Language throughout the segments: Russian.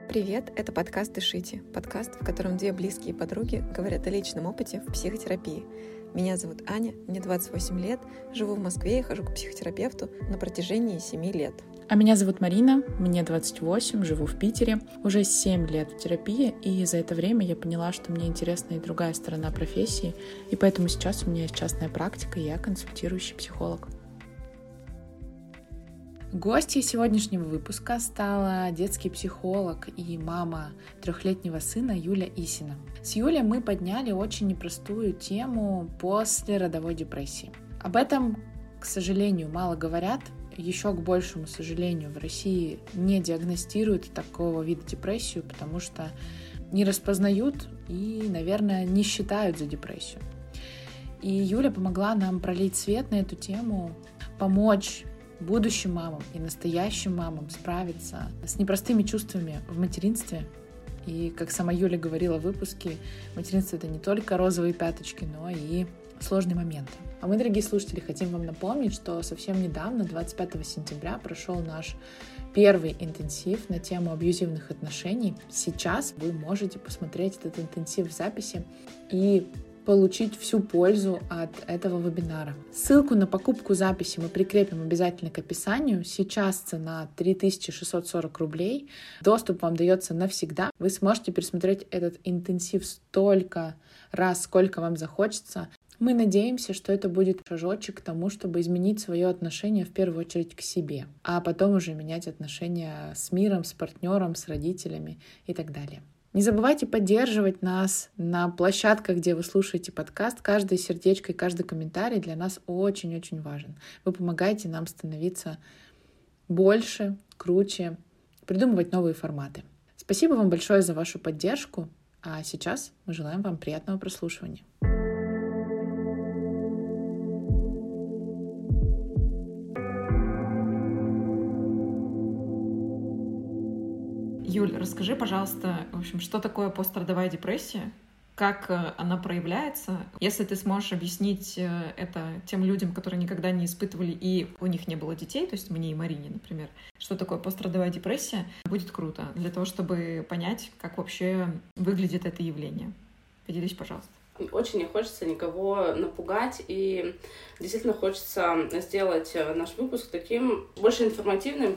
Привет, это подкаст «Дышите», подкаст, в котором две близкие подруги говорят о личном опыте в психотерапии. Меня зовут Аня, мне 28 лет, живу в Москве и хожу к психотерапевту на протяжении 7 лет. А меня зовут Марина, мне 28, живу в Питере, уже 7 лет в терапии, и за это время я поняла, что мне интересна и другая сторона профессии, и поэтому сейчас у меня есть частная практика, и я консультирующий психолог. Гостьей сегодняшнего выпуска стала детский психолог и мама 3-летнего сына Юля Исина. С Юлей мы подняли очень непростую тему послеродовой депрессии. Об этом, к сожалению, мало говорят. Еще к большему сожалению, в России не диагностируют такого вида депрессию, потому что не распознают и, наверное, не считают за депрессию. И Юля помогла нам пролить свет на эту тему, помочь будущим мамам и настоящим мамам справиться с непростыми чувствами в материнстве. И, как сама Юля говорила в выпуске, материнство — это не только розовые пяточки, но и сложные моменты. А мы, дорогие слушатели, хотим вам напомнить, что совсем недавно, 25 сентября, прошел наш первый интенсив на тему абьюзивных отношений. Сейчас вы можете посмотреть этот интенсив в записи и получить всю пользу от этого вебинара. Ссылку на покупку записи мы прикрепим обязательно к описанию. Сейчас цена 3640 рублей. Доступ вам дается навсегда. Вы сможете пересмотреть этот интенсив столько раз, сколько вам захочется. Мы надеемся, что это будет шажочек к тому, чтобы изменить свое отношение в первую очередь к себе, а потом уже менять отношения с миром, с партнером, с родителями и так далее. Не забывайте поддерживать нас на площадках, где вы слушаете подкаст. Каждое сердечко и каждый комментарий для нас очень-очень важен. Вы помогаете нам становиться больше, круче, придумывать новые форматы. Спасибо вам большое за вашу поддержку, а сейчас мы желаем вам приятного прослушивания. Юль, расскажи, пожалуйста, в общем, что такое пострадовая депрессия, как она проявляется. Если ты сможешь объяснить это тем людям, которые никогда не испытывали и у них не было детей, то есть мне и Марине, например, что такое пострадовая депрессия, будет круто для того, чтобы понять, как вообще выглядит это явление. Поделись, пожалуйста. Очень не хочется никого напугать, и действительно хочется сделать наш выпуск таким больше информативным,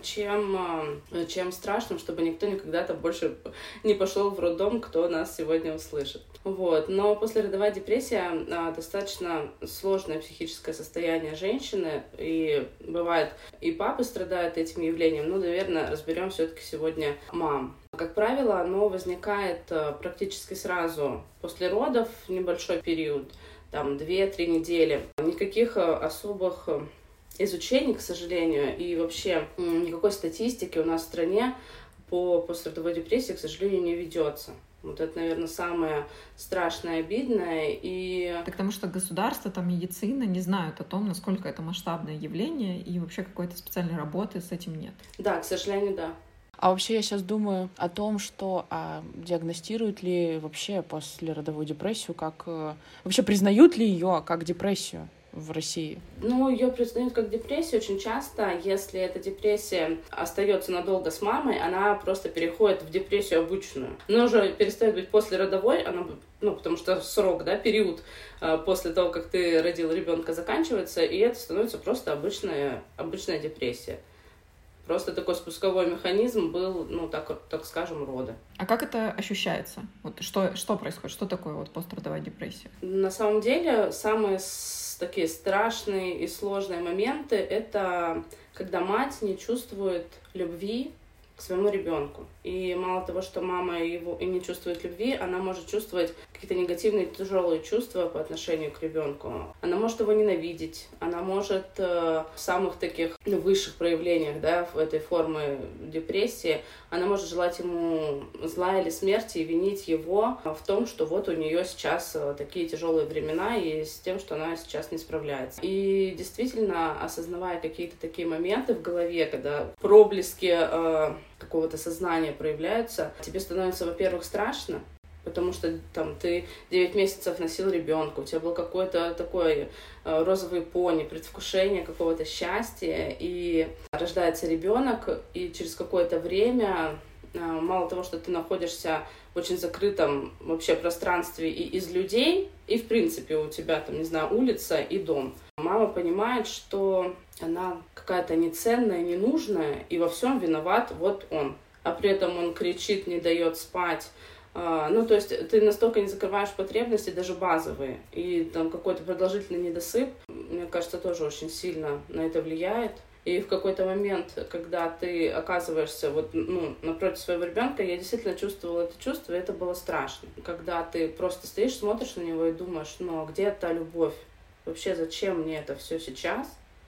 чем страшным, чтобы никто никогда-то больше не пошел в роддом, кто нас сегодня услышит. Вот. Но послеродовая депрессия достаточно сложное психическое состояние женщины, и бывает, и папы страдают этим явлением, но, наверное, разберем все-таки сегодня мам. Как правило, оно возникает практически сразу после родов, небольшой период, там 2-3 недели. Никаких особых изучений, к сожалению, и вообще никакой статистики у нас в стране по послеродовой депрессии, к сожалению, не ведется. Вот это, наверное, самое страшное, обидное. Так потому что государство, там, медицина не знают о том, насколько это масштабное явление, и вообще какой-то специальной работы с этим нет. Да, к сожалению, да. А вообще я сейчас думаю о том, что диагностируют ли вообще послеродовую депрессию, вообще признают ли ее как депрессию в России? Ну, ее признают как депрессию очень часто. Если эта депрессия остается надолго с мамой, она просто переходит в депрессию обычную. Она уже перестает быть послеродовой, потому что срок, период после того, как ты родил ребенка, заканчивается, и это становится просто обычная депрессия. Просто такой спусковой механизм был, так скажем, роды. А как это ощущается? Вот что происходит? Что такое пострадовая депрессия? На самом деле, самые такие страшные и сложные моменты — это когда мать не чувствует любви к своему ребенку. И мало того, что мама его и не чувствует любви, она может чувствовать какие-то негативные, тяжелые чувства по отношению к ребенку. Она может его ненавидеть, она может в самых таких высших проявлениях, в этой формы депрессии, она может желать ему зла или смерти и винить его в том, что вот у нее сейчас такие тяжелые времена и с тем, что она сейчас не справляется. И действительно, осознавая какие-то такие моменты в голове, когда проблески какого-то сознания проявляются, тебе становится, во-первых, страшно, потому что ты 9 месяцев носил ребенка, у тебя был какой-то такой розовый пони, предвкушение какого-то счастья, и рождается ребенок, и через какое-то время мало того, что ты находишься в очень закрытом вообще пространстве и из людей, и, в принципе, у тебя там, не знаю, улица и дом. Мама понимает, что она какая-то неценная, ненужная, и во всем виноват вот он. А при этом он кричит, не дает спать. Ну, то есть ты настолько не закрываешь потребности, даже базовые. И там какой-то продолжительный недосып, мне кажется, тоже очень сильно на это влияет. И в какой-то момент, когда ты оказываешься напротив своего ребенка, я действительно чувствовала это чувство, и это было страшно. Когда ты просто стоишь, смотришь на него и думаешь, а где та любовь? Вообще, зачем мне это все сейчас?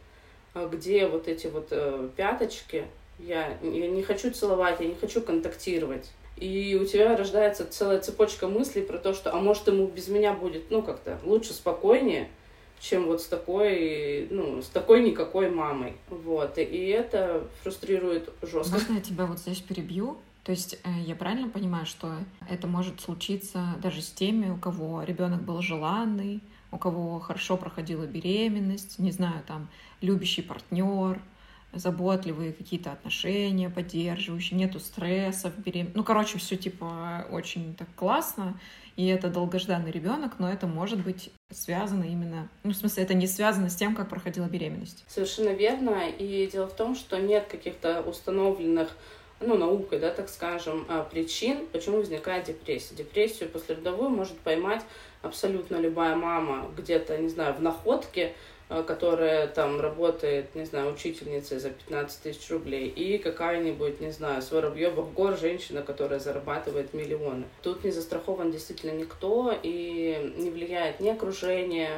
Где вот эти вот пяточки? Я не хочу целовать, я не хочу контактировать. И у тебя рождается целая цепочка мыслей про то, что, а может, ему без меня будет, как-то лучше, спокойнее, чем вот с такой никакой мамой. Вот. И это фрустрирует жестко. Можно я тебя вот здесь перебью? То есть я правильно понимаю, что это может случиться даже с теми, у кого ребенок был желанный, у кого хорошо проходила беременность, не знаю, там, любящий партнер, заботливые какие-то отношения, поддерживающие, нету стресса в беременности. Все типа очень так классно, и это долгожданный ребенок, но это может быть связано именно... это не связано с тем, как проходила беременность. Совершенно верно. И дело в том, что нет каких-то установленных, наукой, да, так скажем, причин, почему возникает депрессия. Депрессию послеродовую может поймать абсолютно любая мама где-то, не знаю, в находке, которая там работает, не знаю, учительницей за 15 тысяч рублей, и какая-нибудь, не знаю, с Воробьёвых гор женщина, которая зарабатывает миллионы. Тут не застрахован действительно никто, и не влияет ни окружение,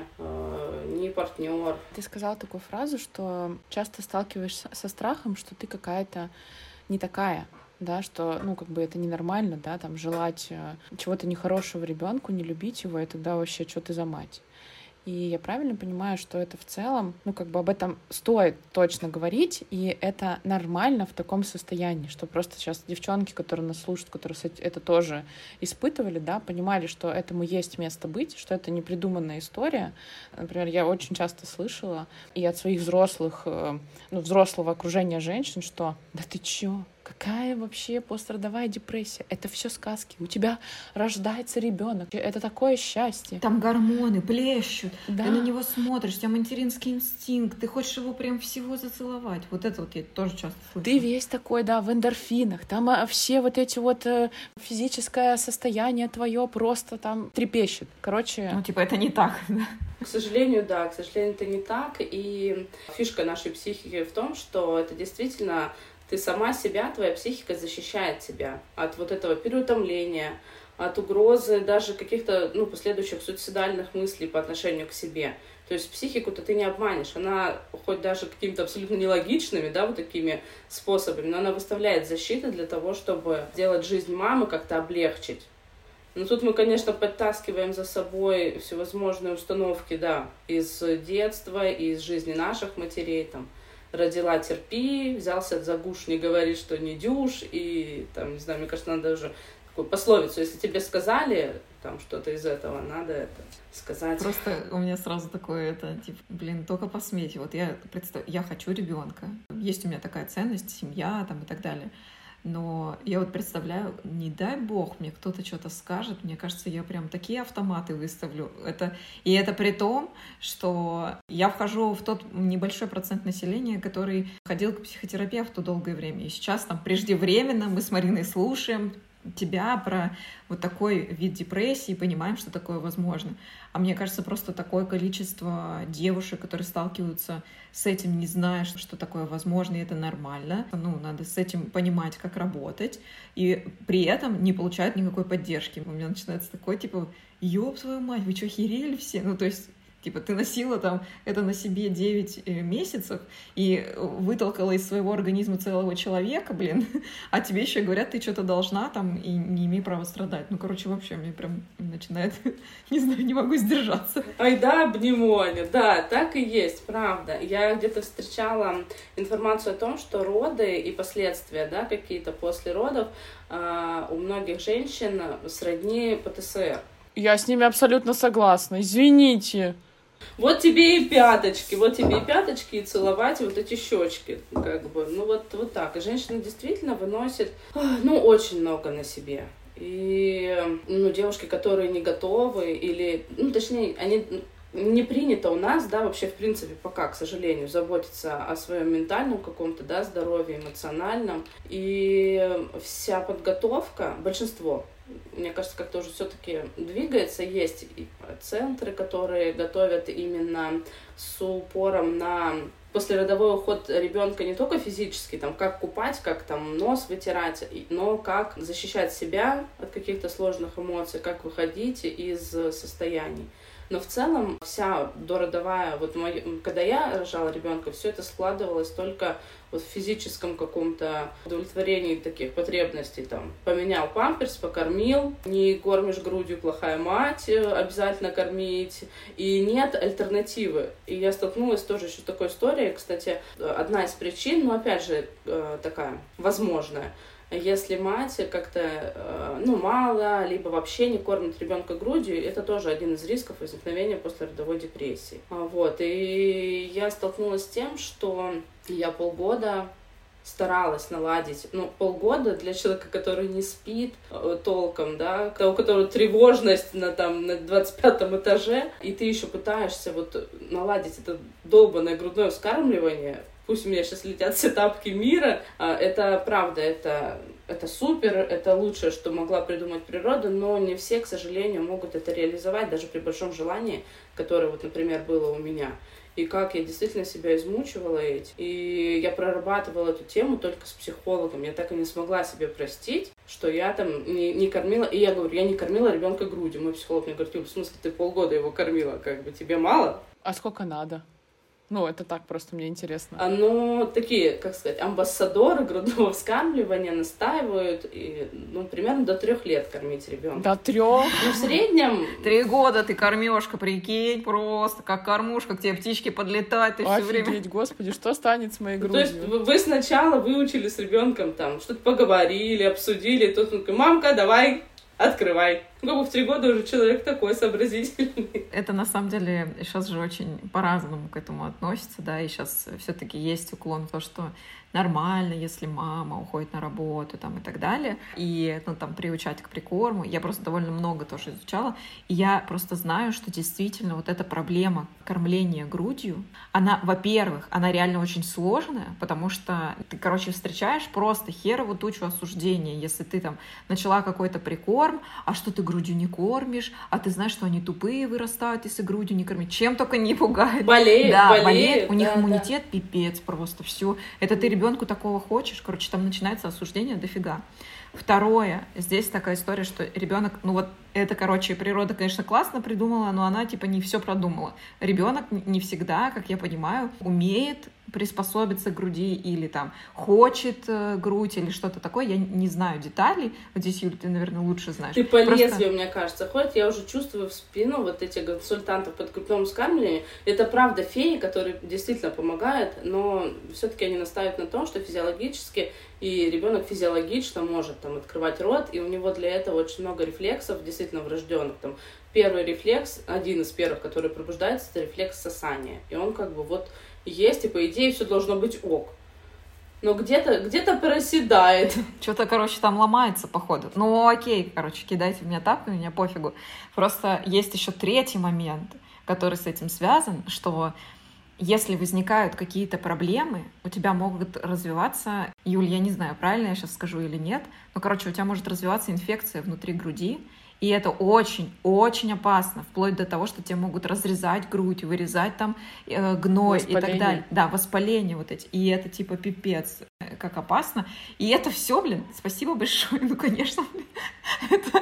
ни партнер. Ты сказала такую фразу, что часто сталкиваешься со страхом, что ты какая-то не такая, да, что, это ненормально, да, там, желать чего-то нехорошего ребенку, не любить его, и тогда вообще, что ты за мать? И я правильно понимаю, что это в целом, об этом стоит точно говорить, и это нормально в таком состоянии, что просто сейчас девчонки, которые нас слушают, которые это тоже испытывали, да, понимали, что этому есть место быть, что это не придуманная история. Например, я очень часто слышала и от своих взрослого окружения женщин, что «да ты чё? Какая вообще пострадовая депрессия? Это все сказки. У тебя рождается ребенок. Это такое счастье. Там гормоны плещут. Да. Ты на него смотришь, у тебя материнский инстинкт. Ты хочешь его прям всего зацеловать. Вот это вот я тоже часто слышу. Ты весь такой, да, в эндорфинах. Там все вот эти вот физическое состояние твое просто там трепещет. Короче... это не так. К сожалению, это не так. И фишка нашей психики в том, что это действительно... Ты сама себя, твоя психика защищает тебя от вот этого переутомления, от угрозы даже каких-то, последующих суицидальных мыслей по отношению к себе. То есть психику-то ты не обманешь. Она хоть даже какими-то абсолютно нелогичными, да, вот такими способами, но она выставляет защиты для того, чтобы сделать жизнь мамы как-то облегчить. Но тут мы, конечно, подтаскиваем за собой всевозможные установки, да, из детства, из жизни наших матерей, там, родила, терпи, взялся за гуш, не говори, что не дюж, и там, не знаю, мне кажется, надо уже такую пословицу, если тебе сказали там что-то из этого, надо это сказать. Просто у меня сразу такое, только посметь, вот я хочу ребенка, есть у меня такая ценность, семья там и так далее. Но я вот представляю, не дай бог мне кто-то что-то скажет, мне кажется, я прям такие автоматы выставлю. И это при том, что я вхожу в тот небольшой процент населения, который ходил к психотерапевту долгое время. И сейчас там преждевременно мы с Мариной слушаем тебя про вот такой вид депрессии, понимаем, что такое возможно. А мне кажется, просто такое количество девушек, которые сталкиваются с этим, не зная, что такое возможно, и это нормально. Надо с этим понимать, как работать, и при этом не получают никакой поддержки. У меня начинается такой, ёб твою мать, вы что, охерели все? Ты носила там это на себе 9 месяцев и вытолкала из своего организма целого человека, а тебе еще говорят, ты что-то должна там и не имей права страдать. Вообще, мне прям начинает, не знаю, не могу сдержаться. Ай да, обниму, Аня, да, так и есть, правда. Я где-то встречала информацию о том, что роды и последствия, да, какие-то после родов у многих женщин сродни ПТСР. Я с ними абсолютно согласна, извините. Вот тебе и пяточки, и целовать вот эти щечки, как бы, ну вот так. И женщина действительно выносит, ну, очень много на себе. И, ну, девушки, которые не готовы, или, ну, точнее, они не принято у нас, да, вообще, в принципе, пока, к сожалению, заботиться о своем ментальном каком-то, да, здоровье, эмоциональном. И вся подготовка, большинство, мне кажется, как-то уже все-таки двигается. Есть и центры, которые готовят именно с упором на послеродовой уход ребенка не только физически, там, как купать, как там нос вытирать, но как защищать себя от каких-то сложных эмоций, как выходить из состояний. Но в целом вся дородовая, вот когда я рожала ребенка, все это складывалось только вот в физическом каком-то удовлетворении таких потребностей. Там, поменял памперс, покормил, не кормишь грудью, плохая мать, обязательно кормить. И нет альтернативы. И я столкнулась тоже еще с такой историей. Кстати, одна из причин, но опять же такая возможная. Если мать как-то, ну, мало, либо вообще не кормит ребенка грудью, это тоже один из рисков возникновения послеродовой депрессии. Вот, и я столкнулась с тем, что я полгода старалась наладить, ну, полгода для человека, который не спит толком, да, у которого тревожность на 25 этаже, и ты еще пытаешься вот наладить это долбанное грудное вскармливание. Пусть у меня сейчас летят все тапки мира, это правда, это супер, это лучшее, что могла придумать природа, но не все, к сожалению, могут это реализовать, даже при большом желании, которое, вот, например, было у меня. И как я действительно себя измучивала этим. И я прорабатывала эту тему только с психологом. Я так и не смогла себе простить, что я там не кормила. И я говорю, я не кормила ребенка грудью. Мой психолог мне говорит, в смысле, ты полгода его кормила, как бы тебе мало? А сколько надо? Ну, это так просто мне интересно. Оно такие, как сказать, амбассадоры грудного вскармливания настаивают, и, ну, примерно до 3 лет кормить ребенка. До 3? Ну, в среднем... 3 года ты кормёшка, прикинь, просто как кормушка, к тебе птички подлетают, ты все время... Офигеть, господи, что станет с моей грудью? То есть вы сначала выучили с ребенком, там, что-то поговорили, обсудили, тут он такой, мамка, давай, открывай. Ну, в 3 года уже человек такой сообразительный. Это, на самом деле, сейчас же очень по-разному к этому относится, да, и сейчас все-таки есть уклон в то, что нормально, если мама уходит на работу, там, и так далее, и, ну, там, приучать к прикорму. Я просто довольно много тоже изучала, и я просто знаю, что действительно вот эта проблема кормления грудью, она, во-первых, она реально очень сложная, потому что ты, короче, встречаешь просто херову тучу осуждения, если ты там начала какой-то прикорм, а что ты грудью не кормишь, а ты знаешь, что они тупые вырастают, если грудью не кормить. Чем только не пугает. Болеет, да, болеет. У них иммунитет пипец просто, все. Это ты ребенку такого хочешь, короче, там начинается осуждение дофига. Второе, здесь такая история, что ребенок, ну вот это, короче, природа, конечно, классно придумала, но она типа не все продумала. Ребенок не всегда, как я понимаю, умеет приспособиться к груди или там хочет грудь или что-то такое. Я не знаю деталей. Вот здесь, Юля, ты, наверное, лучше знаешь. Ты по лезвию, мне кажется, ходит. Я уже чувствую в спину вот этих консультантов под грудным вскармливанием. Это правда феи, которые действительно помогают, но все-таки они настаивают на том, что физиологически и ребенок физиологично может там открывать рот, и у него для этого очень много рефлексов, действительно врожденных. Там первый рефлекс, один из первых, который пробуждается, это рефлекс сосания. И он как бы вот есть, и по идее все должно быть ок. Но где-то проседает. Что-то, короче, там ломается, походу. Ну, окей, короче, кидайте в меня тапками, мне пофигу. Просто есть еще третий момент, который с этим связан, что если возникают какие-то проблемы, у тебя могут развиваться, Юль, я не знаю, правильно я сейчас скажу или нет, но, короче, у тебя может развиваться инфекция внутри груди, и это очень-очень опасно, вплоть до того, что тебе могут разрезать грудь, вырезать там гной и так далее. Да, воспаление вот эти. И это типа пипец, как опасно. И это все, блин, спасибо большое. Ну, конечно, это...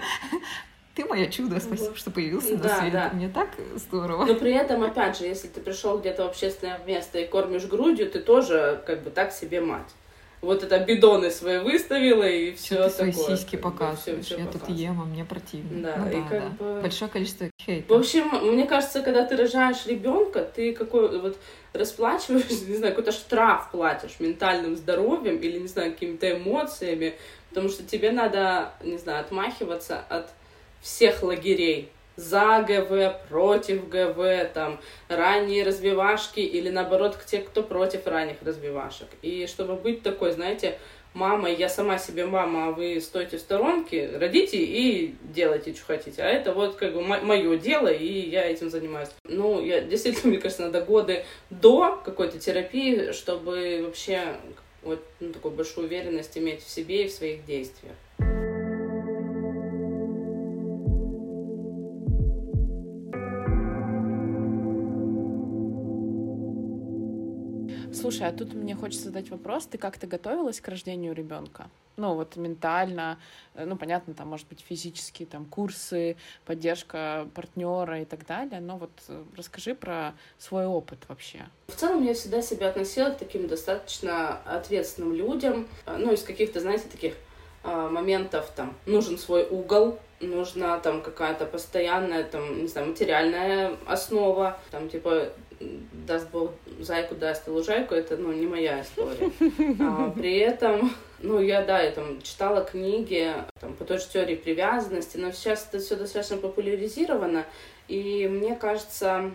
Ты мое чудо, спасибо, что появился на свет. Да. Мне так здорово. Но при этом, опять же, если ты пришел где-то в общественное место и кормишь грудью, ты тоже как бы так себе мать. Вот это бидоны свои выставила и все такое. Ты свои сиськи показываешь, я тут ем, а мне противно. Да, ну, и да, как бы... Большое количество хейта. В общем, мне кажется, когда ты рожаешь ребенка, ты какой вот расплачиваешься, не знаю, какой-то штраф платишь ментальным здоровьем или, не знаю, какими-то эмоциями, потому что тебе надо, не знаю, отмахиваться от всех лагерей. за ГВ, против ГВ, там, ранние развивашки или, наоборот, те, кто против ранних развивашек. И чтобы быть такой, знаете, мамой, я сама себе мама, а вы стойте в сторонке, родите и делайте, что хотите. А это вот как бы мое дело, и я этим занимаюсь. Ну, я действительно, мне кажется, надо годы до какой-то терапии, чтобы вообще вот такую большую уверенность иметь в себе и в своих действиях. Слушай, а тут мне хочется задать вопрос. Ты как-то готовилась к рождению ребенка? Ну, вот ментально, ну, понятно, там, может быть, физические там курсы, поддержка партнера и так далее. Но вот расскажи про свой опыт вообще. В целом, я всегда себя относила к таким достаточно ответственным людям. Ну, из каких-то, знаете, таких моментов, там, нужен свой угол, нужна там какая-то постоянная, там, не знаю, материальная основа, там, типа, даст Бог зайку, даст и лужайку, это, ну, не моя история. При этом, ну, я там читала книги там, по той же теории привязанности, но сейчас это все достаточно популяризировано, и мне кажется,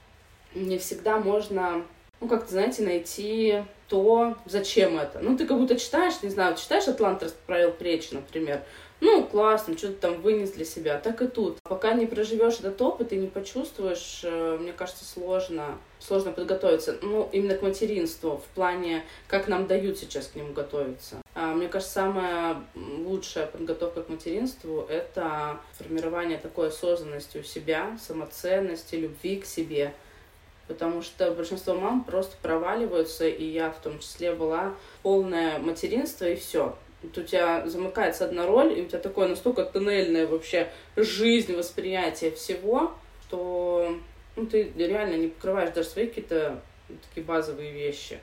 не всегда можно, ну, как-то, знаете, найти то, зачем это. Ну, ты как будто читаешь, не знаю, читаешь «Атлант расправил плечи», например, ну, классно, что-то там вынес для себя, так и тут. Пока не проживешь этот опыт и не почувствуешь, мне кажется, сложно подготовиться. Ну, именно к материнству, в плане, как нам дают сейчас к нему готовиться. Мне кажется, самая лучшая подготовка к материнству — это формирование такой осознанности у себя, самоценности, любви к себе. Потому что большинство мам просто проваливаются, и я в том числе была, полное материнство, и все. Вот у тебя замыкается одна роль, и у тебя такое настолько тоннельное вообще жизнь, восприятие всего, что ты реально не покрываешь даже свои какие-то такие базовые вещи.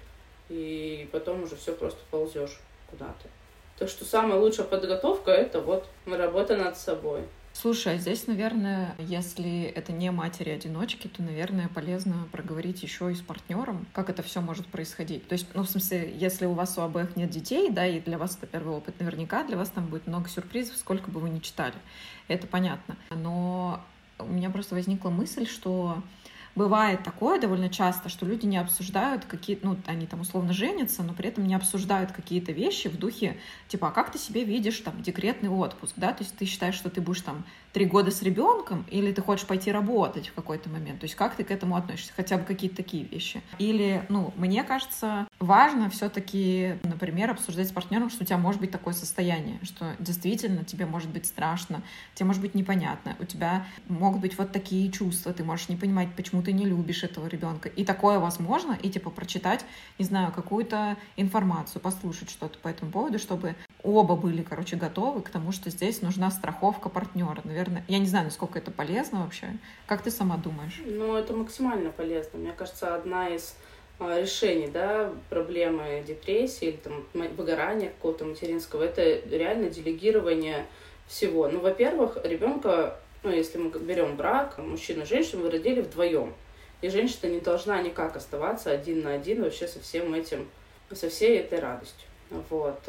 И потом уже все просто ползешь куда-то. Так что самая лучшая подготовка — это вот работа над собой. Слушай, а здесь, наверное, если это не матери-одиночки, то, наверное, полезно проговорить еще и с партнером, как это все может происходить. То есть, ну, в смысле, если у вас у обоих нет детей, да, и для вас это первый опыт, наверняка для вас там будет много сюрпризов, сколько бы вы ни читали. Это понятно. Но у меня просто возникла мысль, что бывает такое довольно часто, что люди не обсуждают какие-то, ну, они там условно женятся, но при этом не обсуждают какие-то вещи в духе, типа, а как ты себе видишь там декретный отпуск, да, то есть ты считаешь, что ты будешь там 3 года с ребенком, или ты хочешь пойти работать в какой-то момент, то есть как ты к этому относишься, хотя бы какие-то такие вещи. Или, ну, мне кажется, важно все-таки, например, обсуждать с партнером, что у тебя может быть такое состояние, что действительно тебе может быть страшно, тебе может быть непонятно, у тебя могут быть вот такие чувства, ты можешь не понимать, почему ты не любишь этого ребенка. И такое возможно, и типа прочитать, не знаю, какую-то информацию, послушать что-то по этому поводу, чтобы оба были, короче, готовы к тому, что здесь нужна страховка партнера. Наверное, я не знаю, насколько это полезно вообще. Как ты сама думаешь? Ну, это максимально полезно. Мне кажется, одна из решений, да, проблемы депрессии или там выгорания какого-то материнского, это реально делегирование всего. Ну, во-первых, ребенка, ну, если мы берем брак, мужчина и женщина, вы родили вдвоем. И женщина не должна никак оставаться один на один вообще со всем этим, со всей этой радостью. Вот.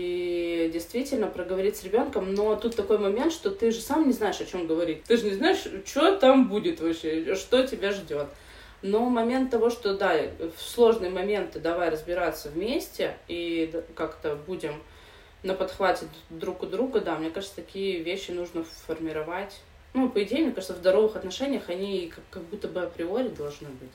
И действительно проговорить с ребенком, но тут такой момент, что ты же сам не знаешь, о чем говорить. Ты же не знаешь, что там будет вообще, что тебя ждет. Но момент того, что да, в сложные моменты давай разбираться вместе и как-то будем на подхвате друг у друга, да, мне кажется, такие вещи нужно формировать. Ну, по идее, мне кажется, в здоровых отношениях они как будто бы априори должны быть.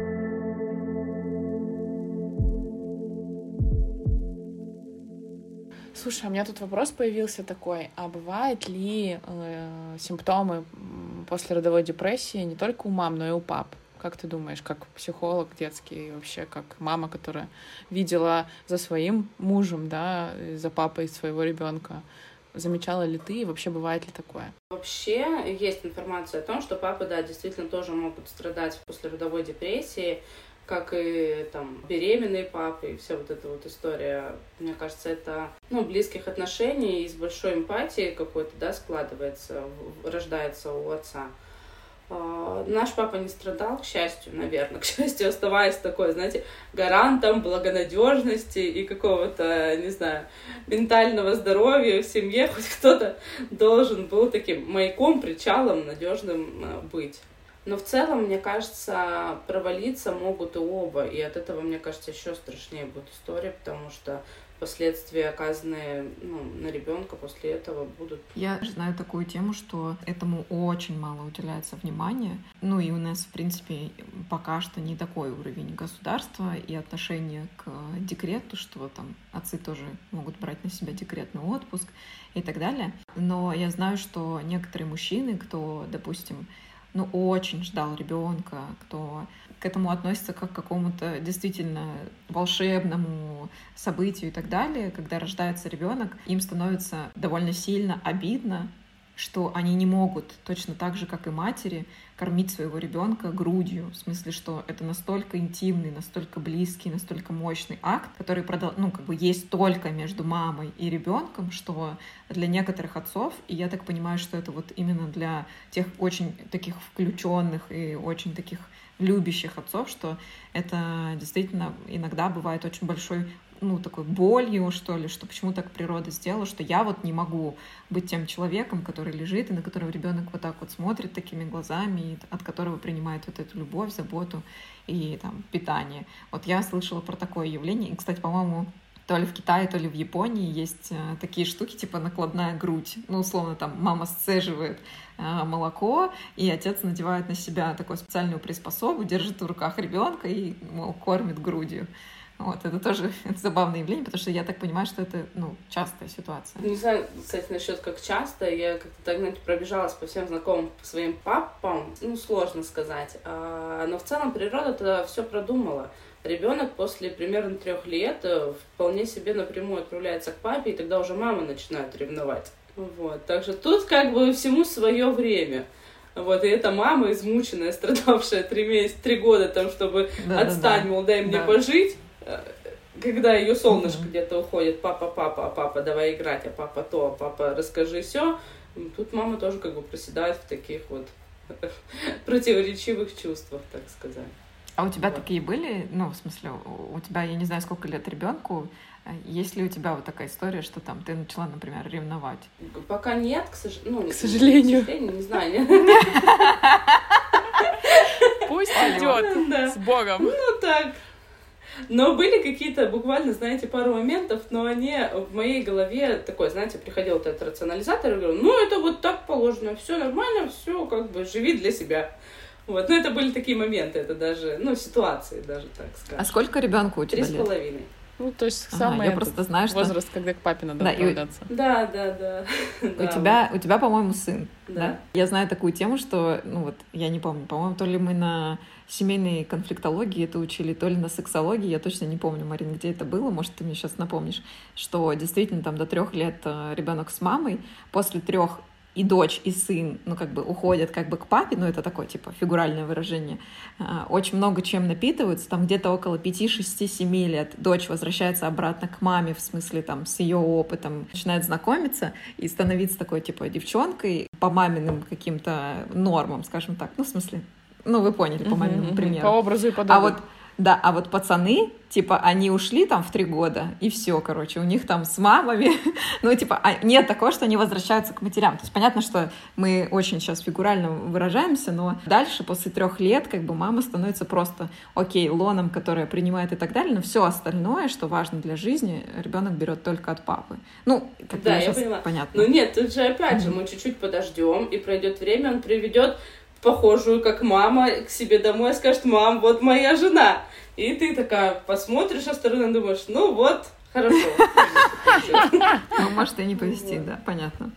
Слушай, у меня тут вопрос появился такой. А бывают ли симптомы послеродовой депрессии не только у мам, но и у пап? Как ты думаешь, как психолог детский, вообще как мама, которая видела за своим мужем, да, за папой своего ребенка, замечала ли ты и вообще бывает ли такое? Вообще есть информация о том, что папы, да, действительно тоже могут страдать послеродовой депрессией, как и там беременные папы, и вся вот эта вот история. Мне кажется, это, ну, близких отношений и с большой эмпатией какой-то, да, складывается, рождается у отца. Наш папа не страдал, к счастью, наверное, к счастью, оставаясь такой, знаете, гарантом благонадежности и какого-то, не знаю, ментального здоровья в семье. Хоть кто-то должен был таким маяком, причалом надежным быть. Но в целом, мне кажется, провалиться могут и оба. И от этого, мне кажется, еще страшнее будет история, потому что последствия, оказанные на ребенка после этого будут. Я знаю такую тему, что этому очень мало уделяется внимания. Ну и у нас, в принципе, пока что не такой уровень государства и отношения к декрету, что там отцы тоже могут брать на себя декретный отпуск и так далее. Но я знаю, что некоторые мужчины, кто, допустим, очень ждал ребенка, кто к этому относится как к какому-то действительно волшебному событию и так далее, когда рождается ребенок, им становится довольно сильно обидно, что они не могут точно так же, как и матери, кормить своего ребенка грудью. В смысле, что это настолько интимный, настолько близкий, настолько мощный акт, который есть только между мамой и ребенком, что для некоторых отцов, и я так понимаю, что это вот именно для тех очень таких включенных и очень таких любящих отцов, что это действительно иногда бывает очень большой такой болью, что ли, что почему так природа сделала, что я вот не могу быть тем человеком, который лежит и на которого ребенок вот так вот смотрит такими глазами, и от которого принимает вот эту любовь, заботу и там питание. Вот я слышала про такое явление, и, кстати, по-моему, то ли в Китае, то ли в Японии есть такие штуки, типа накладная грудь. Условно, там мама сцеживает молоко, и отец надевает на себя такую специальную приспособу, держит в руках ребенка и, кормит грудью. Вот, это тоже забавное явление, потому что я так понимаю, что это, частая ситуация. Не знаю, кстати, насчет как часто. Я как-то так, знаете, пробежалась по всем знакомым своим папам. Сложно сказать. Но в целом природа тогда все продумала. Ребенок после примерно 3 лет вполне себе напрямую отправляется к папе, и тогда уже мама начинает ревновать. Вот. Так что тут как бы всему свое время. Вот, и эта мама, измученная, страдавшая 3 года, там, чтобы отстань, мол, дай мне пожить, когда ее солнышко где-то уходит, папа, давай играть, а папа то, а папа расскажи все. Тут мама тоже как бы проседает в таких вот противоречивых чувствах, так сказать. А у тебя такие были, в смысле, у тебя, я не знаю, сколько лет ребенку, есть ли у тебя вот такая история, что там ты начала, например, ревновать? Пока нет, к сожалению. К сожалению, не знаю. Пусть идет с Богом. Так. Но были какие-то буквально, знаете, пару моментов, но они в моей голове такой, знаете, приходил вот этот рационализатор и говорю, это вот так положено, все нормально, все как бы живи для себя. Вот, это были такие моменты, это даже, ситуации даже, так скажем. А сколько ребенку у тебя 3,5. То есть самый просто знаю, возраст, когда к папе надо отправляться. Да. У тебя, по-моему, сын, да? Я знаю такую тему, что, я не помню, по-моему, то ли мы на семейной конфликтологии это учили, то ли на сексологии, я точно не помню, Марин, где это было, может, ты мне сейчас напомнишь, что действительно там до 3 лет ребенок с мамой, после 3 и дочь, и сын, уходят к папе, это такое, фигуральное выражение, очень много чем напитываются, там где-то около 5, 6, 7 лет дочь возвращается обратно к маме, в смысле, там, с ее опытом, начинает знакомиться и становиться такой, девчонкой по маминым каким-то нормам, скажем так, в смысле, вы поняли, по маминому примеру. По образу и подобию. А вот пацаны, они ушли там в 3 года, и все, короче, у них там с мамами, нет такого, что они возвращаются к матерям. То есть понятно, что мы очень сейчас фигурально выражаемся, но дальше, после 3 лет, мама становится просто, лоном, которая принимает и так далее, но все остальное, что важно для жизни, ребенок берет только от папы. Да, я поняла. Понятно. Нет, тут же опять же, мы чуть-чуть подождем, и пройдет время, он приведет похожую, как мама, к себе домой и скажет, мам, вот моя жена. И ты такая посмотришь со стороны, думаешь, хорошо. Может и не повезти, да, понятно.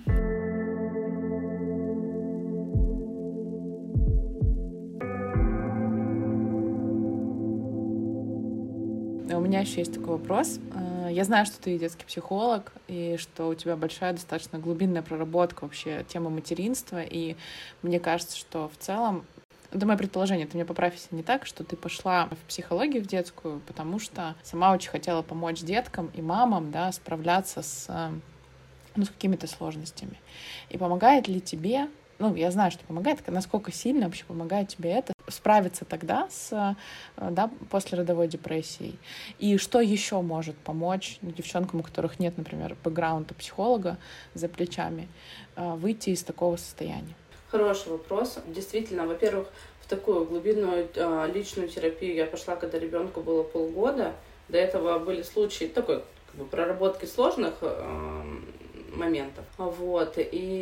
У меня еще есть такой вопрос. Я знаю, что ты детский психолог, и что у тебя большая, достаточно глубинная проработка вообще темы материнства, и мне кажется, что в целом, это мое предположение, ты меня поправь, если не так, что ты пошла в психологию в детскую, потому что сама очень хотела помочь деткам и мамам, справляться с какими-то сложностями. И помогает ли тебе я знаю, что помогает, насколько сильно вообще помогает тебе это справиться тогда с послеродовой депрессией? И что еще может помочь девчонкам, у которых нет, например, бэкграунда психолога за плечами, выйти из такого состояния? Хороший вопрос. Действительно, во-первых, в такую глубинную личную терапию я пошла, когда ребенку было полгода. До этого были случаи такой проработки сложных моментов. Вот.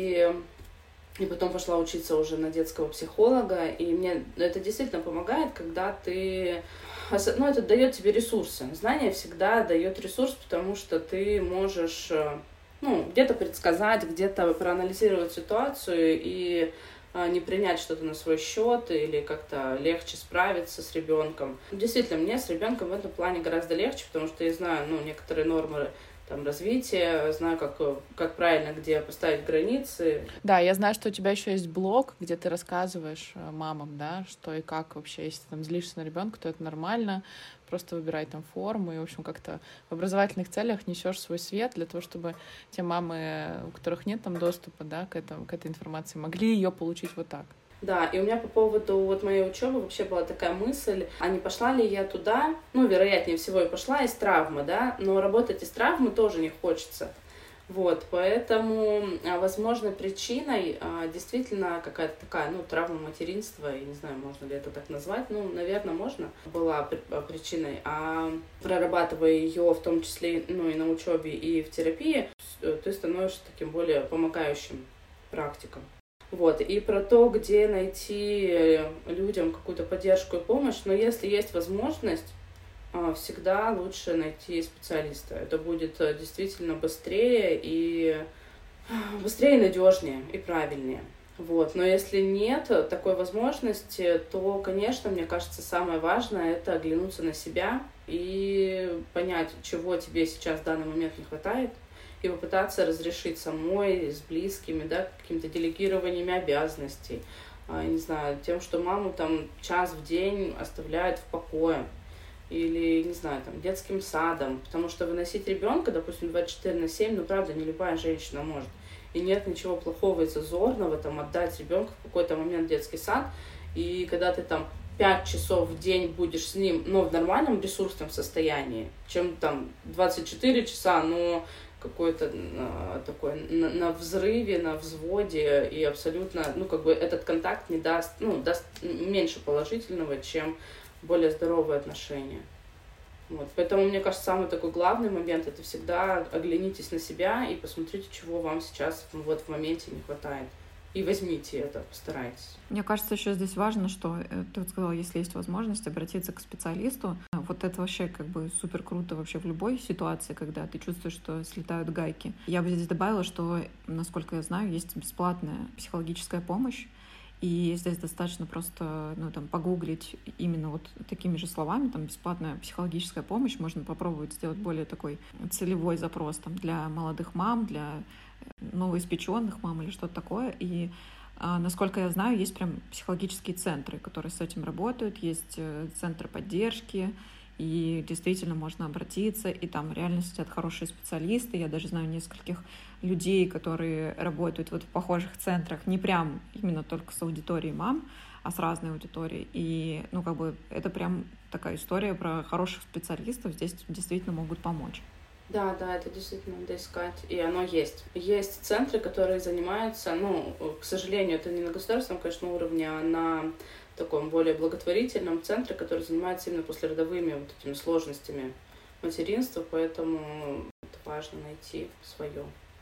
И потом пошла учиться уже на детского психолога, и мне это действительно помогает, когда ты... это дает тебе ресурсы. Знание всегда дает ресурс, потому что ты можешь где-то предсказать, где-то проанализировать ситуацию и не принять что-то на свой счет или как-то легче справиться с ребенком. Действительно, мне с ребенком в этом плане гораздо легче, потому что я знаю некоторые нормы развития, знаю, как правильно, где поставить границы. Да, я знаю, что у тебя еще есть блог, где ты рассказываешь мамам, да, что и как вообще, если ты злишься на ребенка, то это нормально, просто выбирай форму и, в общем, как-то в образовательных целях несешь свой свет для того, чтобы те мамы, у которых нет доступа, да, к этой информации, могли ее получить вот так. Да, и у меня по поводу моей учебы вообще была такая мысль, а не пошла ли я туда, вероятнее всего и пошла из травмы, да, но работать из травмы тоже не хочется. Вот, поэтому, возможно, причиной действительно какая-то такая, травма материнства, я не знаю, можно ли это так назвать, наверное, можно, была причиной, а прорабатывая ее в том числе, и на учебе, и в терапии, ты становишься таким более помогающим практиком. Вот, и про то, где найти людям какую-то поддержку и помощь, но если есть возможность, всегда лучше найти специалиста. Это будет действительно быстрее и надежнее и правильнее. Вот. Но если нет такой возможности, то, конечно, мне кажется, самое важное — это оглянуться на себя и понять, чего тебе сейчас в данный момент не хватает, и попытаться разрешить самой, с близкими, да, какими-то делегированиями обязанностей, не знаю, тем, что маму час в день оставляют в покое, или, не знаю, детским садом, потому что выносить ребенка, допустим, 24/7, правда, не любая женщина может. И нет ничего плохого и зазорного отдать ребенка в какой-то момент в детский сад, и когда ты 5 часов в день будешь с ним, в нормальном ресурсном состоянии, чем 24 часа, но какой-то такой на взрыве, на взводе, и абсолютно, этот контакт не даст, даст меньше положительного, чем более здоровые отношения. Вот. Поэтому, мне кажется, самый такой главный момент — это всегда оглянитесь на себя и посмотрите, чего вам сейчас в моменте не хватает. И возьмите это, постарайтесь. Мне кажется, еще здесь важно, что ты сказала, если есть возможность обратиться к специалисту. Вот это вообще супер круто вообще в любой ситуации, когда ты чувствуешь, что слетают гайки. Я бы здесь добавила, что, насколько я знаю, есть бесплатная психологическая помощь. И здесь достаточно просто погуглить именно такими же словами, бесплатная психологическая помощь. Можно попробовать сделать более такой целевой запрос для молодых мам, для новоиспеченных мам или что-то такое. И, насколько я знаю, есть прям психологические центры, которые с этим работают, есть центры поддержки, и действительно можно обратиться, и там реально сидят хорошие специалисты. Я даже знаю нескольких людей, которые работают в похожих центрах, не прям именно только с аудиторией мам, а с разной аудиторией. И, это прям такая история про хороших специалистов, здесь действительно могут помочь. Да, это действительно надо искать, и оно есть. Есть центры, которые занимаются, к сожалению, это не на государственном, конечно, уровне, а на таком более благотворительном центре, который занимается именно послеродовыми этими сложностями материнства, поэтому это важно найти свое.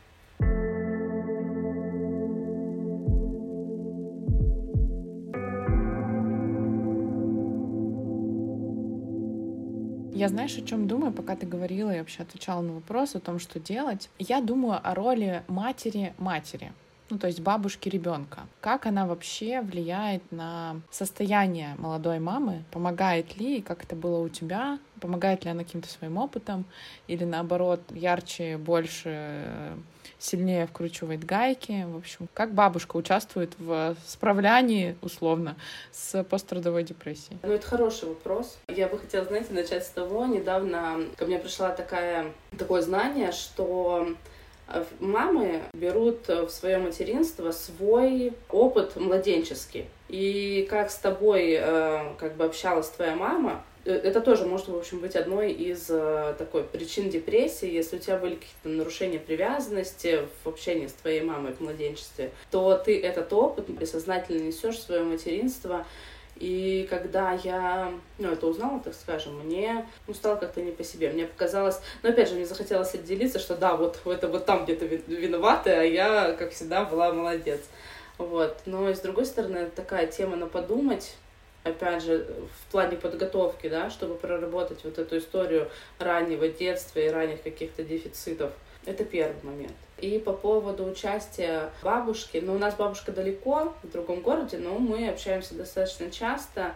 Я, знаешь, о чем думаю, пока ты говорила и вообще отвечала на вопрос о том, что делать? Я думаю о роли матери. То есть бабушки ребенка. Как она вообще влияет на состояние молодой мамы? Помогает ли, как это было у тебя? Помогает ли она каким-то своим опытом? Или наоборот, ярче, больше, сильнее вкручивает гайки? В общем, как бабушка участвует в справлянии, условно, с пострадовой депрессией? Это хороший вопрос. Я бы хотела, начать с того, недавно ко мне пришло такое знание, что Мамы берут в свое материнство свой опыт младенческий. И как с тобой как бы общалась твоя мама, это тоже может, в общем, быть одной из такой причин депрессии. Если у тебя были какие-то нарушения привязанности в общении с твоей мамой в младенчестве, то ты этот опыт бессознательно несешь в свое материнство. И когда я, это узнала, так скажем, мне стало как-то не по себе. Мне показалось, опять же, мне захотелось отделиться, что да, вот это вот там где-то виноваты, а я, как всегда, была молодец. Вот. Но, с другой стороны, это такая тема на подумать, опять же, в плане подготовки, да, чтобы проработать вот эту историю раннего детства и ранних каких-то дефицитов. Это первый момент. И по поводу участия бабушки, у нас бабушка далеко, в другом городе, но мы общаемся достаточно часто.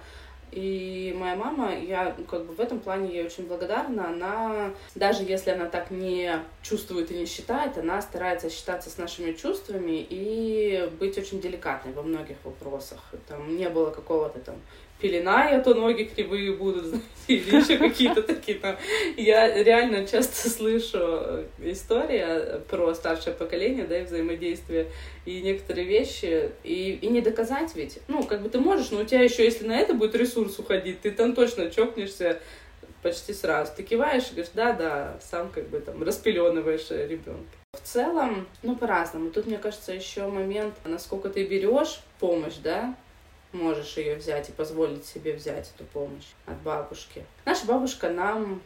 И моя мама, я как бы в этом плане ей очень благодарна. Она, даже если она так не чувствует и не считает, она старается считаться с нашими чувствами и быть очень деликатной во многих вопросах. Там не было какого-то там пелена, а то ноги кривые будут, знаете, или еще какие-то такие там. Я реально часто слышу истории про старшее поколение, да, и взаимодействие, и некоторые вещи, и не доказать ведь. Как бы ты можешь, но у тебя еще, если на это будет ресурс уходить, ты там точно чокнешься почти сразу. Ты киваешь и говоришь, да, сам как бы там распеленываешь ребенка. В целом, по-разному. Тут, мне кажется, еще момент, насколько ты берешь помощь, да, можешь ее взять и позволить себе взять эту помощь от бабушки. Наша бабушка нам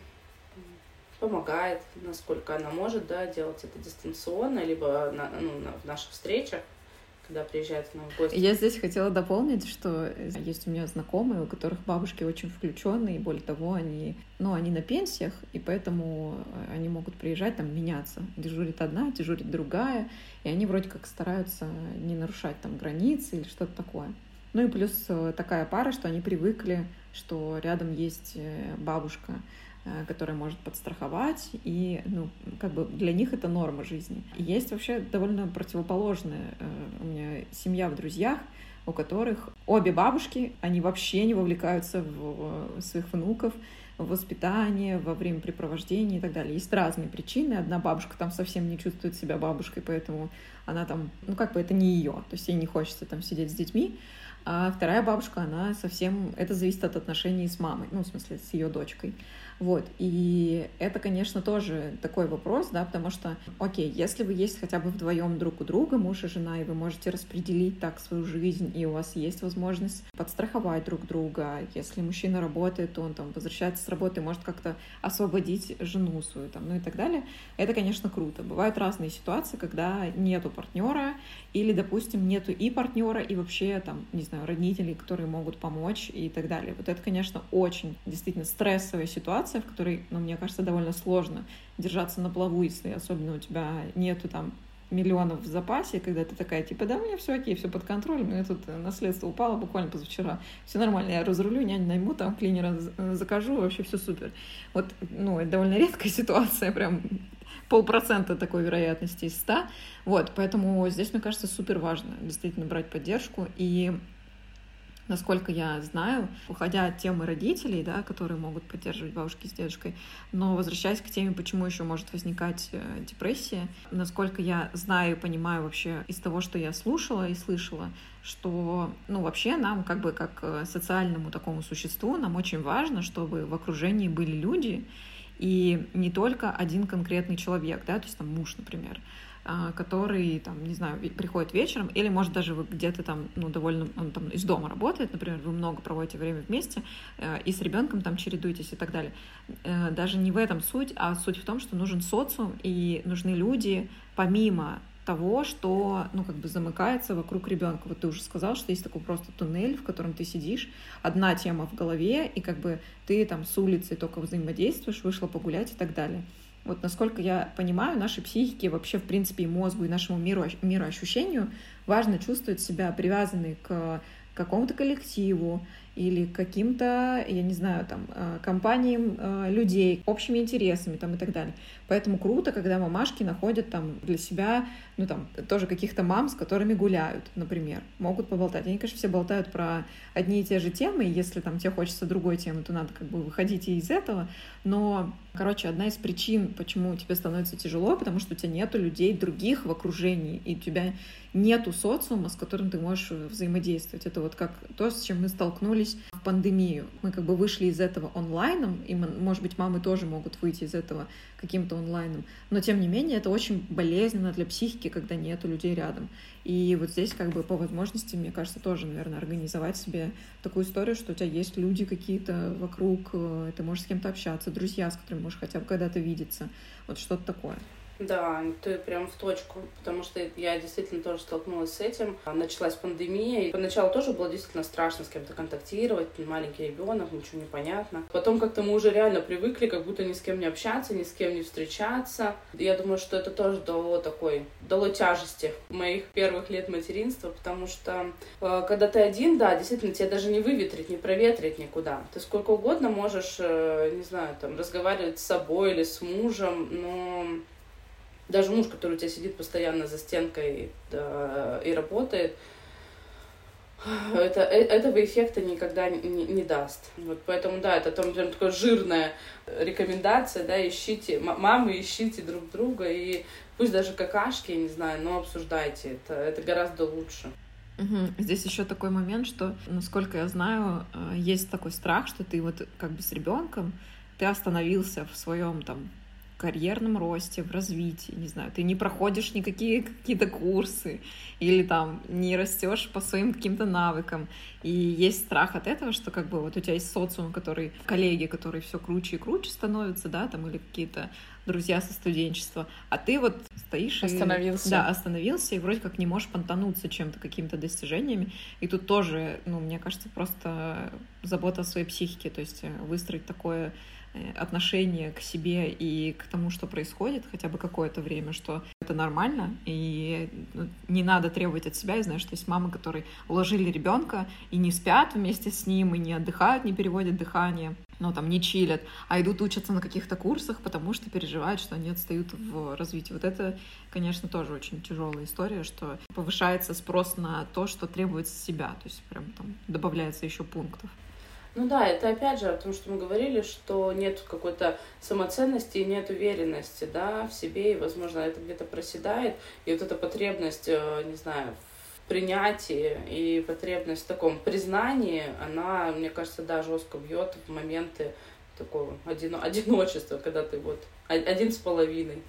помогает, насколько она может, да, делать это дистанционно, либо в наших встречах, когда приезжает к нам в гости. Я здесь хотела дополнить, что есть у меня знакомые, у которых бабушки очень включенные, и более того, они на пенсиях, и поэтому они могут приезжать, там, меняться. Дежурит одна, дежурит другая, и они вроде как стараются не нарушать там границы или что-то такое. И плюс такая пара, что они привыкли, что рядом есть бабушка, которая может подстраховать, и, как бы для них это норма жизни. И есть вообще довольно противоположная у меня семья в друзьях, у которых обе бабушки, они вообще не вовлекаются в своих внуков, в воспитание, во времяпрепровождение и так далее. Есть разные причины. Одна бабушка там совсем не чувствует себя бабушкой, поэтому она там, как бы это не ее, то есть ей не хочется там сидеть с детьми. А вторая бабушка, она совсем... Это зависит от отношений с мамой, в смысле, с ее дочкой. Вот. И это, конечно, тоже такой вопрос, да, потому что, окей, если вы есть хотя бы вдвоем друг у друга, муж и жена, и вы можете распределить так свою жизнь, и у вас есть возможность подстраховать друг друга. Если мужчина работает, то он там возвращается с работы, может как-то освободить жену свою, там, и так далее. Это, конечно, круто. Бывают разные ситуации, когда нету партнера, или, допустим, нету и партнера, и вообще, там, не знаю, родителей, которые могут помочь и так далее. Вот это, конечно, очень действительно стрессовая ситуация, в которой, мне кажется, довольно сложно держаться на плаву, если особенно у тебя нету там миллионов в запасе, когда ты такая, типа, да, у меня все окей, все под контролем, у меня тут наследство упало буквально позавчера, все нормально, я разрулю, няню найму, там клинера закажу, вообще все супер. Вот, это довольно редкая ситуация, прям 0,5% такой вероятности из 100. Вот, поэтому здесь, мне кажется, супер важно действительно брать поддержку. И насколько я знаю, уходя от темы родителей, да, которые могут поддерживать бабушки с дедушкой, но возвращаясь к теме, почему еще может возникать депрессия, насколько я знаю и понимаю вообще из того, что я слушала и слышала, что, вообще нам как бы как социальному такому существу нам очень важно, чтобы в окружении были люди, и не только один конкретный человек, да, то есть там муж, например, который, там, не знаю, приходит вечером, или, может, даже вы где-то там, довольно, он там из дома работает, например, вы много проводите время вместе, и с ребенком там чередуетесь и так далее. Даже не в этом суть, а суть в том, что нужен социум, и нужны люди, помимо того, что, как бы замыкается вокруг ребенка. Вот ты уже сказал, что есть такой просто туннель, в котором ты сидишь, одна тема в голове, и как бы ты там с улицы только взаимодействуешь, вышла погулять и так далее. Вот насколько я понимаю, нашей психике, вообще, в принципе, и мозгу, и нашему мироощущению важно чувствовать себя привязанной к какому-то коллективу или к каким-то, я не знаю, там, компаниям людей, общими интересами там, и так далее. Поэтому круто, когда мамашки находят там для себя, ну там, тоже каких-то мам, с которыми гуляют, например, могут поболтать. Они, конечно, все болтают про одни и те же темы, и если там тебе хочется другой темы, то надо как бы выходить и из этого. Но, короче, одна из причин, почему тебе становится тяжело, потому что у тебя нету людей других в окружении, и у тебя нету социума, с которым ты можешь взаимодействовать. Это вот как то, с чем мы столкнулись в пандемию. Мы как бы вышли из этого онлайном, и, может быть, мамы тоже могут выйти из этого каким-то онлайном, но, тем не менее, это очень болезненно для психики, когда нету людей рядом. И вот здесь как бы по возможности, мне кажется, тоже, наверное, организовать себе такую историю, что у тебя есть люди какие-то вокруг, ты можешь с кем-то общаться, друзья, с которыми можешь хотя бы когда-то видеться, вот что-то такое. Да, ты прям в точку, потому что я действительно тоже столкнулась с этим. Началась пандемия, и поначалу тоже было действительно страшно с кем-то контактировать, маленький ребенок, ничего не понятно. Потом как-то мы уже реально привыкли, как будто ни с кем не общаться, ни с кем не встречаться. Я думаю, что это тоже дало тяжести моих первых лет материнства, потому что когда ты один, да, действительно, тебя даже не выветрить, не проветрить никуда. Ты сколько угодно можешь, не знаю, там, разговаривать с собой или с мужем, но даже муж, который у тебя сидит постоянно за стенкой, да, и работает, этого эффекта никогда не даст. Вот поэтому, да, это там прям такая жирная рекомендация, да, мамы, ищите друг друга, и пусть даже какашки, я не знаю, но обсуждайте, это гораздо лучше. Здесь еще такой момент, что, насколько я знаю, есть такой страх, что ты вот как бы с ребенком, ты остановился в своем там карьерном росте, в развитии, не знаю, ты не проходишь никакие какие-то курсы или там не растешь по своим каким-то навыкам. И есть страх от этого, что как бы вот у тебя есть социум, коллеги, которые все круче и круче становятся, да, там, или какие-то друзья со студенчества, а ты вот стоишь остановился, и вроде как не можешь понтануться чем-то, какими-то достижениями. И тут тоже, мне кажется, просто забота о своей психике, то есть выстроить такое отношение к себе и к тому, что происходит, хотя бы какое-то время, что это нормально, и не надо требовать от себя. Я знаю, что есть мамы, которые уложили ребенка и не спят вместе с ним, и не отдыхают, не переводят дыхание, не чилят, а идут учатся на каких-то курсах, потому что переживают, что они отстают в развитии. Вот это, конечно, тоже очень тяжелая история, что повышается спрос на то, что требуется с себя, то есть прям там добавляется еще пунктов. Ну да, это опять же, потому что мы говорили, что нет какой-то самоценности и нет уверенности, да, в себе, и, возможно, это где-то проседает, и вот эта потребность, не знаю, в принятии и потребность в таком признании, она, мне кажется, да, жестко бьет в моменты такого одиночества, когда ты вот один с половиной.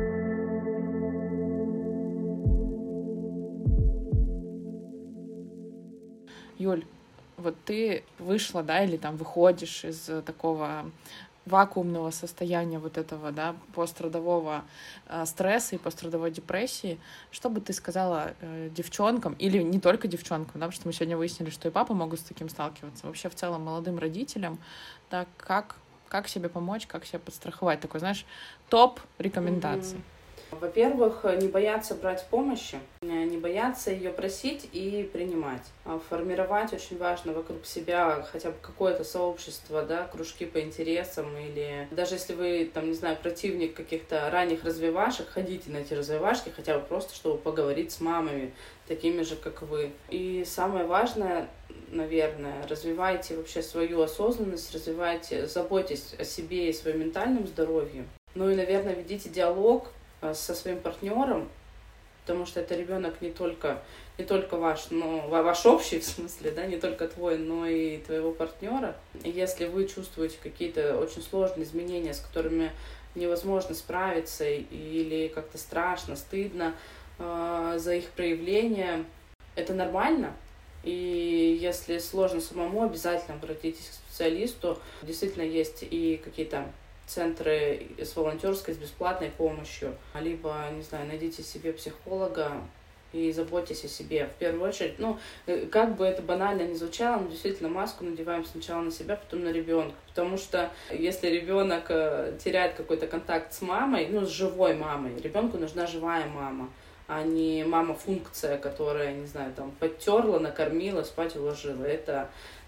Юль, вот ты вышла, да, или там выходишь из такого вакуумного состояния вот этого, да, пострадового стресса и пострадовой депрессии. Что бы ты сказала девчонкам, или не только девчонкам, да, потому что мы сегодня выяснили, что и папы могут с таким сталкиваться, вообще в целом молодым родителям, да, как себе помочь, как себя подстраховать, такой, знаешь, топ рекомендаций. Во-первых, не бояться брать помощи, не бояться ее просить и принимать. Формировать очень важно вокруг себя хотя бы какое-то сообщество, да, кружки по интересам, или даже если вы, там, не знаю, противник каких-то ранних развивашек, ходите на эти развивашки хотя бы просто, чтобы поговорить с мамами, такими же, как вы. И самое важное, наверное, развивайте вообще свою осознанность, заботьтесь о себе и своем ментальном здоровье. Ну и, наверное, ведите диалог со своим партнером, потому что это ребенок не только ваш, но ваш общий, в смысле, да, не только твой, но и твоего партнера. И если вы чувствуете какие-то очень сложные изменения, с которыми невозможно справиться или как-то страшно, стыдно за их проявление, это нормально. И если сложно самому, обязательно обратитесь к специалисту. Действительно есть и какие-то центры с волонтерской, с бесплатной помощью. Либо, не знаю, найдите себе психолога и заботьтесь о себе. В первую очередь, как бы это банально ни звучало, но действительно маску надеваем сначала на себя, потом на ребенка. Потому что если ребенок теряет какой-то контакт с мамой, с живой мамой, ребенку нужна живая мама, а не мама-функция, которая, не знаю, там, подтерла, накормила, спать уложила. Это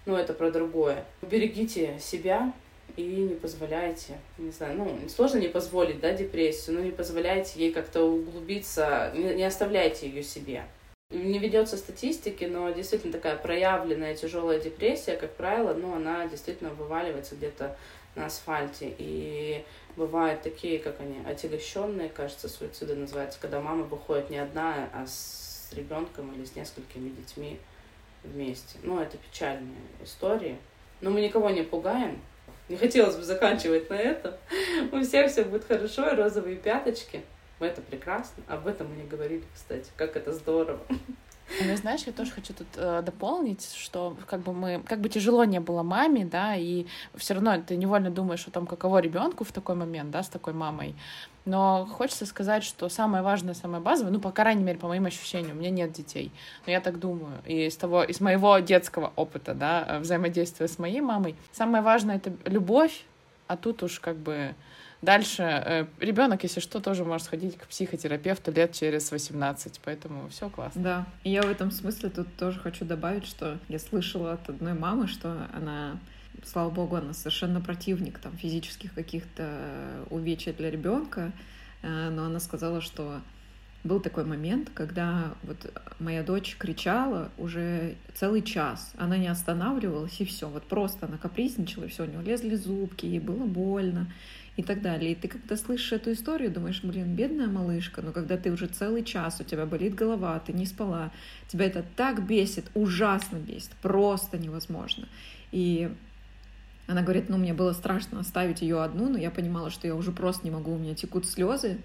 но это про другое. Берегите себя и не позволяйте, не знаю, сложно не позволить, да, депрессию, но не позволяйте ей как-то углубиться, не оставляйте ее себе. Не ведется статистики, но действительно такая проявленная тяжелая депрессия, как правило, она действительно вываливается где-то на асфальте. И бывают такие, как они, отягощенные, кажется, суициды называются, когда мама выходит не одна, а с ребенком или с несколькими детьми вместе. Это печальные истории. Но мы никого не пугаем. Не хотелось бы заканчивать на этом. У всех все будет хорошо, и розовые пяточки. Это прекрасно. Об этом мы не говорили, кстати. Как это здорово. Знаешь, я тоже хочу тут дополнить, что как бы тяжело не было маме, да, и все равно ты невольно думаешь о том, каково ребенку в такой момент, да, с такой мамой. Но хочется сказать, что самое важное, самое базовое, по крайней мере, по моим ощущениям, у меня нет детей, но я так думаю, и из моего детского опыта, да, взаимодействия с моей мамой, самое важное — это любовь, а тут уж как бы дальше ребенок, если что, тоже может сходить к психотерапевту лет через 18, поэтому все классно. Да, и я в этом смысле тут тоже хочу добавить, что я слышала от одной мамы, что она, слава богу, она совершенно противник там физических каких-то увечий для ребенка, но она сказала, что был такой момент, когда вот моя дочь кричала уже целый час, она не останавливалась, и все, вот просто она капризничала, и все, у нее лезли зубки, ей было больно и так далее. И ты когда слышишь эту историю, думаешь, бедная малышка, но когда ты уже целый час, у тебя болит голова, ты не спала, тебя это так бесит, ужасно бесит, просто невозможно. И она говорит, мне было страшно оставить ее одну, но я понимала, что я уже просто не могу, у меня текут слезы,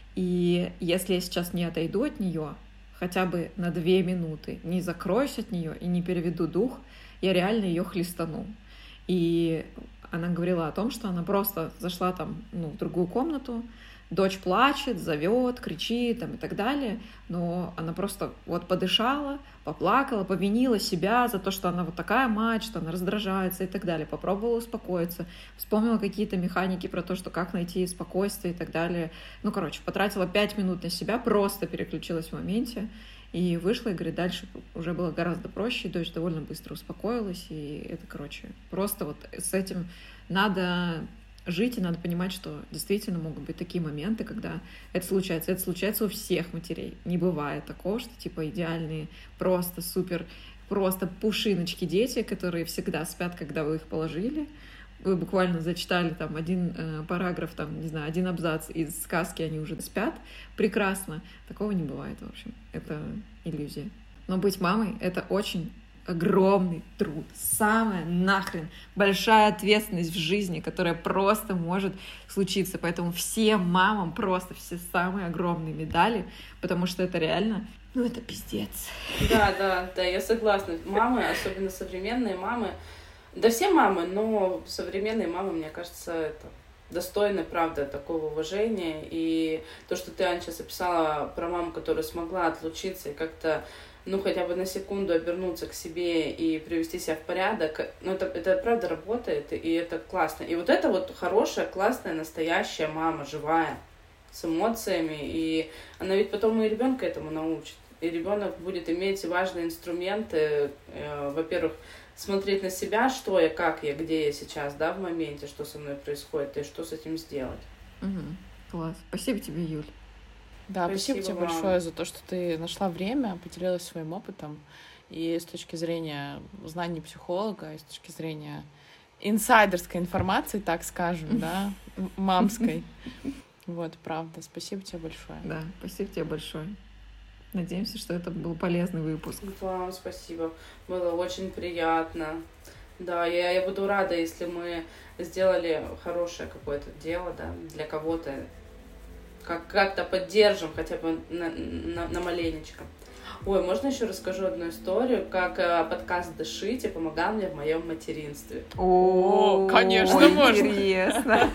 и если я сейчас не отойду от нее, хотя бы на 2 минуты, не закроюсь от нее и не переведу дух, я реально ее хлестану. И она говорила о том, что она просто зашла там, в другую комнату, дочь плачет, зовет, кричит там, и так далее, но она просто вот подышала, поплакала, повинила себя за то, что она вот такая мать, что она раздражается и так далее, попробовала успокоиться, вспомнила какие-то механики про то, что как найти спокойствие и так далее. Потратила 5 минут на себя, просто переключилась в моменте и вышла, и говорит, дальше уже было гораздо проще, и дочь довольно быстро успокоилась, и это, просто вот с этим надо жить, и надо понимать, что действительно могут быть такие моменты, когда это случается. Это случается у всех матерей. Не бывает такого, что идеальные, просто супер, просто пушиночки дети, которые всегда спят, когда вы их положили. Вы буквально зачитали там один параграф, там, не знаю, один абзац из сказки, они уже спят. Прекрасно. Такого не бывает, в общем. Это иллюзия. Но быть мамой — это очень огромный труд, самая нахрен большая ответственность в жизни, которая просто может случиться. Поэтому всем мамам просто все самые огромные медали, потому что это реально, это пиздец. Да, я согласна. Мамы, особенно современные мамы, да все мамы, но современные мамы, мне кажется, это достойны, правда, такого уважения. И то, что ты, Аня, сейчас описала про маму, которая смогла отлучиться и как-то хотя бы на секунду обернуться к себе и привести себя в порядок, это правда работает, и это классно. И вот это вот хорошая, классная, настоящая мама, живая, с эмоциями, и она ведь потом и ребенка этому научит. И ребенок будет иметь важные инструменты, во-первых, смотреть на себя, что я, как я, где я сейчас, да, в моменте, что со мной происходит, и что с этим сделать. Класс. Спасибо тебе, Юль. Да, спасибо тебе большое за то, что ты нашла время, поделилась своим опытом. И с точки зрения знаний психолога, и с точки зрения инсайдерской информации, так скажем, да, мамской. Вот, правда. Спасибо тебе большое. Да, спасибо тебе большое. Надеемся, что это был полезный выпуск. Вам спасибо. Было очень приятно. Да, я буду рада, если мы сделали хорошее какое-то дело, да, для кого-то. Как-то поддержим хотя бы на маленечко. Ой, можно еще расскажу одну историю, как подкаст «Дышите» помогал мне в моем материнстве. О, конечно, можно. Интересно.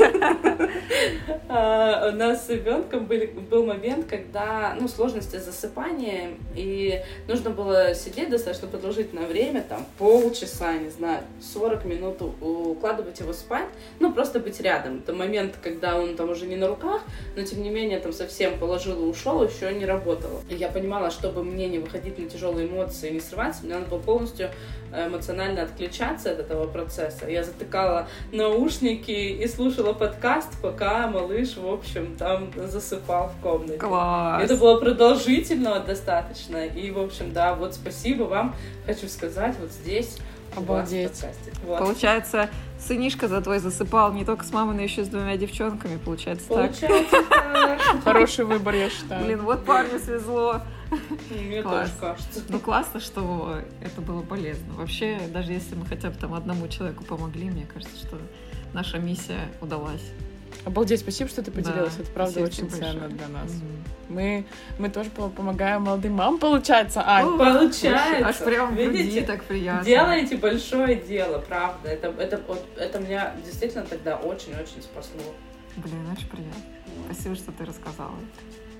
У нас с ребенком был момент, когда, сложности с засыпанием, и нужно было сидеть достаточно продолжительное время, там, полчаса, не знаю, 40 минут укладывать его спать, просто быть рядом. Это момент, когда он там уже не на руках, но тем не менее там совсем положил и ушел, еще не работало. И я понимала, чтобы мне мне не выходить на тяжелые эмоции, не срываться, мне надо было полностью эмоционально отключаться от этого процесса. Я затыкала наушники и слушала подкаст, пока малыш, в общем, там засыпал в комнате. Класс! Это было продолжительно достаточно. И, в общем, да, вот спасибо вам, хочу сказать, вот здесь. Обалдеть. Вот. Получается, сынишка за твой засыпал не только с мамой, но еще с 2 девчонками, получается так. Так. Хороший выбор, я считаю. Блин, вот парню свезло. Мне Класс. тоже кажется. Ну, классно, что это было полезно. Вообще, даже если мы хотя бы там одному человеку помогли, мне кажется, что наша миссия удалась. Обалдеть, спасибо, что ты поделилась. Да, это правда спасибо очень тебе ценно большое. для нас. Мы тоже помогаем молодым мамам, получается, Ань. Получается. Аж прям в груди Видите? так приятно. Делаете большое дело, правда. Это меня действительно тогда очень-очень спасло. Блин, очень приятно. Спасибо, что ты рассказала.